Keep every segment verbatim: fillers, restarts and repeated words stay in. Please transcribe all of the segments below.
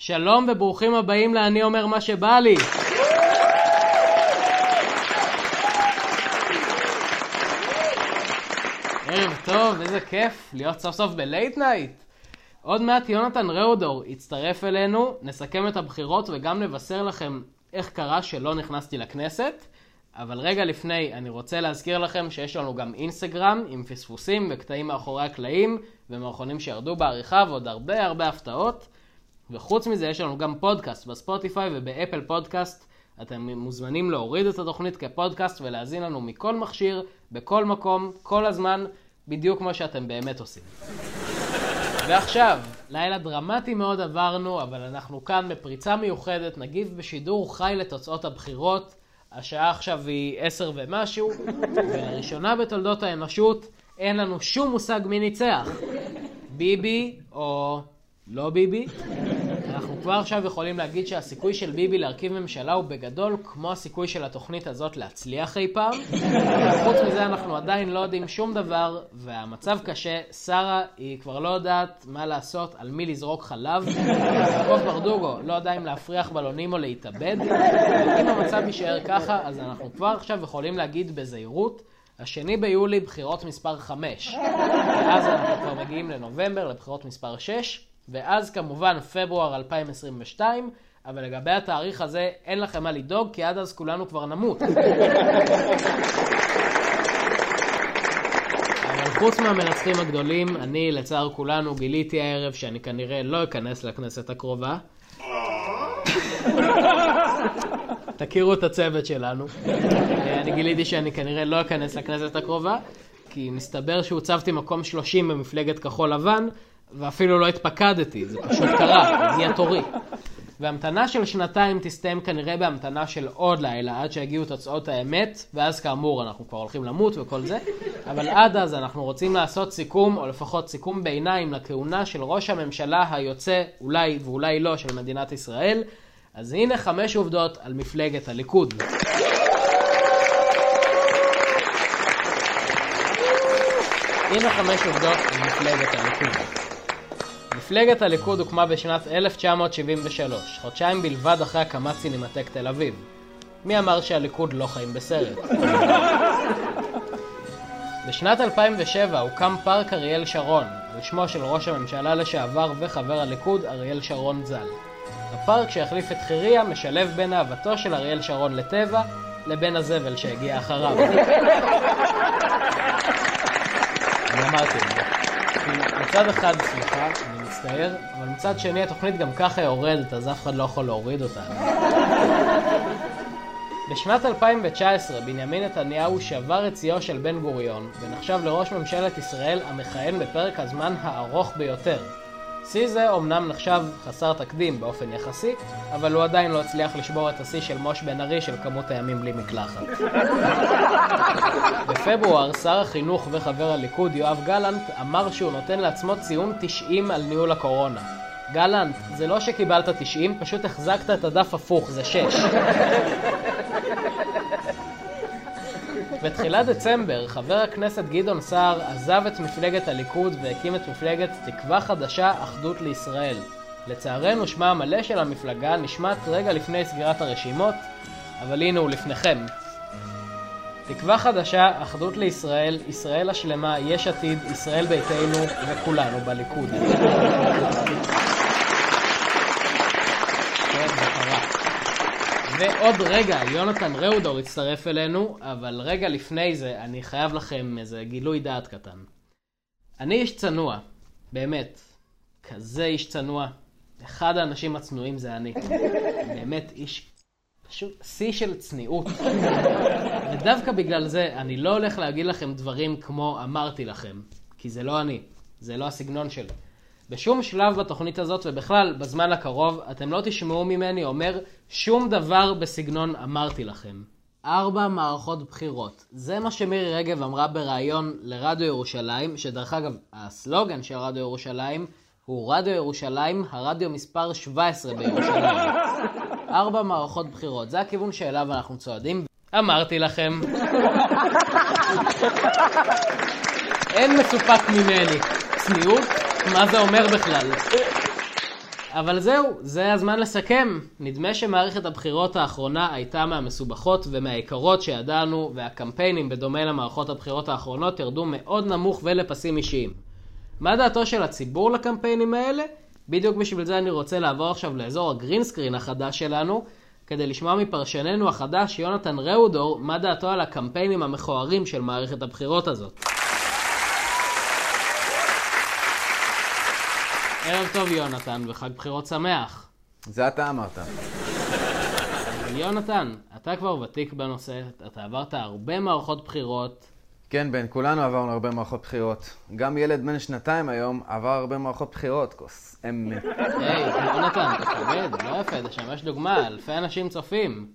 שלום וברוכים הבאים לאני אומר מה שבא לי. ערב טוב, איזה כיף להיות סוף סוף בלייט נייט. עוד מעט יונתן ראודור יצטרף אלינו, נסכם את הבחירות וגם נבשר לכם איך קרה שלא נכנסתי לכנסת. אבל רגע לפני, אני רוצה להזכיר לכם שיש לנו גם אינסטגרם עם פספוסים וקטעים מאחורי הקלעים ומערכונים שירדו בעריכה ועוד הרבה הרבה הפתעות. וחוץ מזה יש לנו גם פודקאסט בספוטיפיי ובאפל פודקאסט. אתם מוזמנים להוריד את התוכנית כפודקאסט ולהזין לנו מכל מכשיר, בכל מקום, כל הזמן, בדיוק כמו שאתם באמת עושים. ועכשיו, לילה דרמטי מאוד עברנו, אבל אנחנו כאן בפריצה מיוחדת, נגיב בשידור חי לתוצאות הבחירות. השעה עכשיו היא עשר ומשהו, ולראשונה בתולדות האנושות אין לנו שום מושג מי ניצח. ביבי או לא ביבי. אנחנו כבר עכשיו יכולים להגיד שהסיכוי של ביבי להרכיב ממשלה הוא בגדול כמו הסיכוי של התוכנית הזאת להצליח אי פעם. חוץ מזה אנחנו עדיין לא יודעים שום דבר, והמצב קשה. שרה היא כבר לא יודעת מה לעשות, על מי לזרוק חלב. יעקב ברדוגו לא יודע אם להפריח בלונים או להתאבד. אם המצב יישאר ככה, אז אנחנו כבר עכשיו יכולים להגיד בזהירות, השני ביולי בחירות מספר חמש. ואז אנחנו כבר מגיעים לנובמבר לבחירות מספר שש. ואז כמובן פברואר אלפיים עשרים ושתיים, אבל לגבי התאריך הזה אין לכם מה לדאוג, כי עד אז כולנו כבר נמות. אבל חוץ מהמנצחים הגדולים, אני לצער כולנו גיליתי הערב שאני כנראה לא אכנס לכנסת הקרובה. תכירו את הצוות שלנו. אני גיליתי שאני כנראה לא אכנס לכנסת הקרובה, כי מסתבר שהוצבתי מקום שלושים במפלגת כחול לבן, ואפילו לא התפקדתי, זה פשוט קרה, הגיע תורי. והמתנה של שנתיים תסתיים כנראה בהמתנה של עוד לילה, עד שהגיעו תוצאות האמת, ואז כאמור אנחנו כבר הולכים למות וכל זה. אבל עד אז אנחנו רוצים לעשות סיכום, או לפחות סיכום ביניים, לכהונה של ראש הממשלה היוצא, אולי ואולי לא, של מדינת ישראל. אז הנה חמש עובדות על מפלגת הליכוד. הנה חמש עובדות על מפלגת הליכוד. מפלגת הליכוד הוקמה בשנת אלף תשע מאות שבעים ושלוש, חודשיים בלבד אחרי הקמת סינמטק תל אביב. מי אמר שהליכוד לא חיים בסרט? בשנת אלפיים ושבע הוקם פארק אריאל שרון, על שמו של ראש הממשלה לשעבר וחבר הליכוד אריאל שרון ז"ל. הפארק שהחליף את חיריה משלב בין אהבתו של אריאל שרון לטבע לבין הזבל שהגיע אחריו. אני אמרתי את זה. מצד אחד, סליחה, אני מצטער, אבל מצד שני התוכנית גם ככה יורדת, אז אף אחד לא יכול להוריד אותה. בשנת אלפיים ותשע עשרה בנימין נתניהו שבר את שיאו של בן גוריון, ונחשב לראש ממשלת ישראל המכהן בפרק הזמן הארוך ביותר. שיא זה אומנם נחשב חסר תקדים באופן יחסי, אבל הוא עדיין לא הצליח לשבור את השיא של מוש בן ארי של כמות הימים בלי מקלחת. בפברואר שר החינוך וחבר הליכוד יואב גלנט אמר שהוא נותן לעצמו ציון תשעים על ניהול הקורונה. גלנט, זה לא שקיבלת תשעים, פשוט החזקת את הדף הפוך, זה שש. בתחילת דצמבר, חבר הכנסת גדעון סער עזב את מפלגת הליכוד והקים את מפלגת תקווה חדשה אחדות לישראל. לצערנו שמה המלא של המפלגה נשמט רגע לפני סגירת הרשימות, אבל הנה הוא לפניכם. תקווה חדשה, אחדות לישראל, ישראל השלמה, יש עתיד, ישראל ביתנו וכולנו בליכוד. ועוד רגע, יונתן ראודור יצטרף אלינו, אבל רגע לפני זה אני חייב לכם איזה גילוי דעת קטן. אני איש צנוע, באמת, כזה איש צנוע. אחד האנשים הצנועים זה אני. באמת איש, פשוט שיא של צניעות. ודווקא בגלל זה אני לא הולך להגיד לכם דברים כמו אמרתי לכם, כי זה לא אני, זה לא הסגנון שלי. בשום שלב בתוכנית הזאת ובכלל בזמן הקרוב אתם לא תשמעו ממני אומר שום דבר בסגנון אמרתי לכם. ארבע מערכות בחירות. זה מה שמירי רגב אמרה בראיון לרדיו ירושלים, שדרך אגב הסלוגן של רדיו ירושלים הוא רדיו ירושלים, הרדיו מספר שבע עשרה בירושלים. ארבע מערכות בחירות. זה הכיוון שאליו אנחנו צועדים. אמרתי לכם. אין מסופק ממני. צניעות? מה זה אומר בכלל? אבל זהו, זה הזמן לסכם. נדמה שמערכת הבחירות האחרונה הייתה מהמסובכות ומהעיקרות שידענו, והקמפיינים בדומה למערכות הבחירות האחרונות ירדו מאוד נמוך ולפסים אישיים. מה דעתו של הציבור לקמפיינים האלה? בדיוק בשביל זה אני רוצה לעבור עכשיו לאזור הגרינסקרין החדש שלנו, כדי לשמוע מפרשננו החדש יונתן ראודור מה דעתו על הקמפיינים המכוערים של מערכת הבחירות הזאת. ערב טוב יונתן, וחג בחירות שמח. זה אתה אמרת. יונתן, אתה כבר ותיק בנושא, אתה עברת הרבה מערכות בחירות. כן, בן, כולנו עברנו הרבה מערכות בחירות. גם ילד בן שנתיים היום עבר הרבה מערכות בחירות, כוס אמת. היי, יונתן, תכבד, לא יפה, תשמש דוגמה, אלפי אנשים צופים.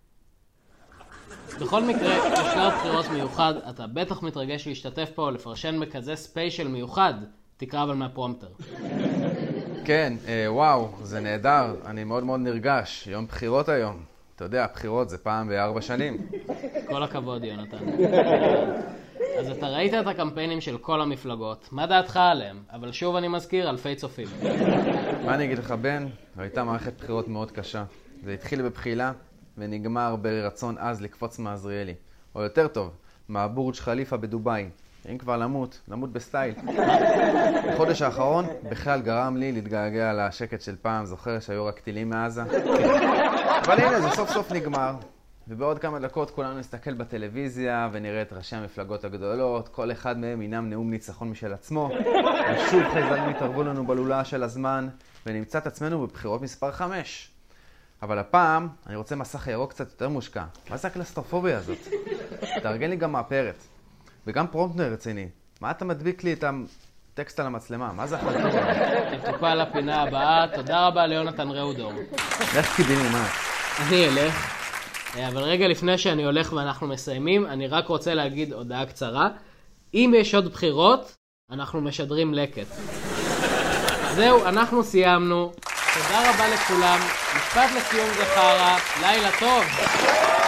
בכל מקרה, בשלב בחירות מיוחד, אתה בטח מתרגש להשתתף פה ולפרשן בכזה ספיישל מיוחד. תקרא אבל מהפרומטר. כן, אה, וואו, זה נהדר, אני מאוד מאוד נרגש. יום בחירות היום. אתה יודע, בחירות זה פעם בארבע שנים. כל הכבוד, יונתן. אז אתה ראית את הקמפיינים של כל המפלגות, מה דעתך עליהם? אבל שוב אני מזכיר, אלפי צופים. מה אני אגיד לך, בן? הייתה מערכת בחירות מאוד קשה. זה התחיל בבחילה ונגמר ברצון אז לקפוץ מעזריאלי. או יותר טוב, מהבורג' חליפה בדוביי. אם כבר למות, למות בסטייל. בחודש האחרון בכלל גרם לי להתגעגע לשקט של פעם, זוכר שהיו רק טילים מעזה? אבל הנה, זה סוף סוף נגמר. ובעוד כמה דקות כולנו נסתכל בטלוויזיה ונראה את ראשי המפלגות הגדולות, כל אחד מהם ינם נאום ניצחון משל עצמו. ושוב חייזרים יתערבו לנו בלולה של הזמן, ונמצא את עצמנו בבחירות מספר חמש. אבל הפעם אני רוצה מסך ירוק קצת יותר מושקע. מה זה הקלסטרופוביה הזאת? תארגן לי גם מאפרת. וגם פרומפטר רציני. מה אתה מדביק לי את הטקסט על המצלמה? מה זה החלטות? תטופל לפינה הבאה. תודה רבה ליונתן ראודור. לך קיבינימט. אני אלך. אבל רגע לפני שאני הולך ואנחנו מסיימים, אני רק רוצה להגיד הודעה קצרה. אם יש עוד בחירות, אנחנו משדרים לקט. זהו, אנחנו סיימנו. תודה רבה לכולם. משפט לסיום זכרה. לילה טוב.